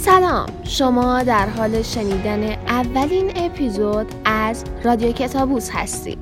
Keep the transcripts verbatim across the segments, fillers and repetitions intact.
سلام، شما در حال شنیدن اولین اپیزود از رادیو کتابوس هستید.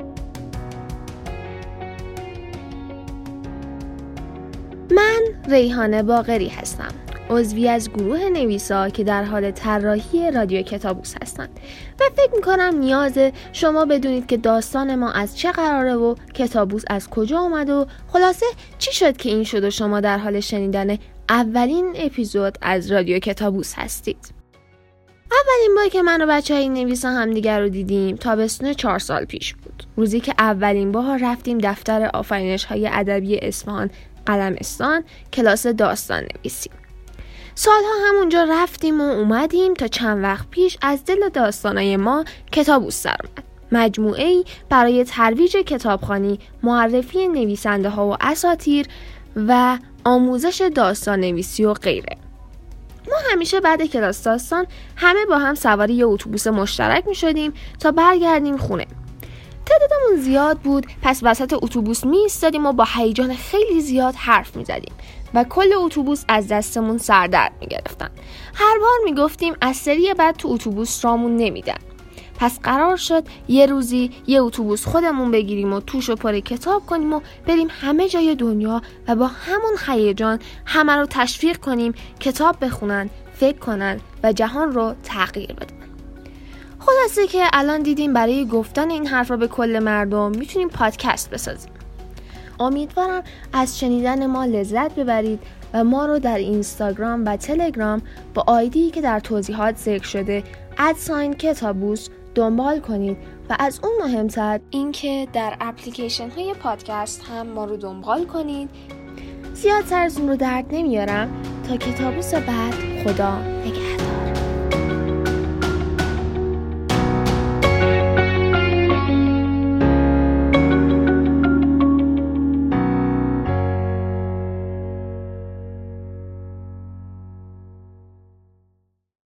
من ریحانه باقری هستم، عضوی از گروه نویسا که در حال طراحی رادیو کتابوس هستند و فکر میکنم نیاز شما بدونید که داستان ما از چه قراره و کتابوس از کجا اومد و خلاصه چی شد که این شد و شما در حال شنیدن اولین اپیزود از رادیو کتابوس هستید. اولین بار که من و بچه‌های نویسا همدیگر رو دیدیم تابستون چهار سال پیش بود. روزی که اولین بار رفتیم دفتر آفرینش‌های ادبی اصفهان قلمستان کلاس داستان نویسی. سالها همونجا رفتیم و اومدیم تا چند وقت پیش از دل داستانای ما کتابوس در اومد. مجموعه‌ای برای ترویج کتابخوانی، معرفی نویسنده ها و اساطیر و آموزش داستان نویسی و غیره. ما همیشه بعد کلاس داستان همه با هم سواری یه اتوبوس مشترک می شدیم تا برگردیم خونه. تعدادمون زیاد بود، پس وسط اتوبوس می ایستادیم و با هیجان خیلی زیاد حرف می زدیم و کل اتوبوس از دستمون سردرد می گرفتن. هر بار می گفتیم از سری بعد تو اتوبوس رامون نمیدن. پس قرار شد یه روزی یه اتوبوس خودمون بگیریم و توشو پر کتاب کنیم و بریم همه جای دنیا و با همون هیجان همه رو تشویق کنیم کتاب بخونن، فکر کنن و جهان رو تغییر بدن. خلاصه که الان دیدیم برای گفتن این حرف رو به کل مردم میتونیم پادکست بسازیم. امیدوارم از شنیدن ما لذت ببرید و ما رو در اینستاگرام و تلگرام با آیدی که در توضیحات ذکر شده ادساین کتابوس دنبال کنید و از اون مهمتر اینکه در اپلیکیشن های پادکست هم ما رو دنبال کنید. زیاد سرتون رو درد نمیارم تا کتابوس بعد. خدا نگهدار.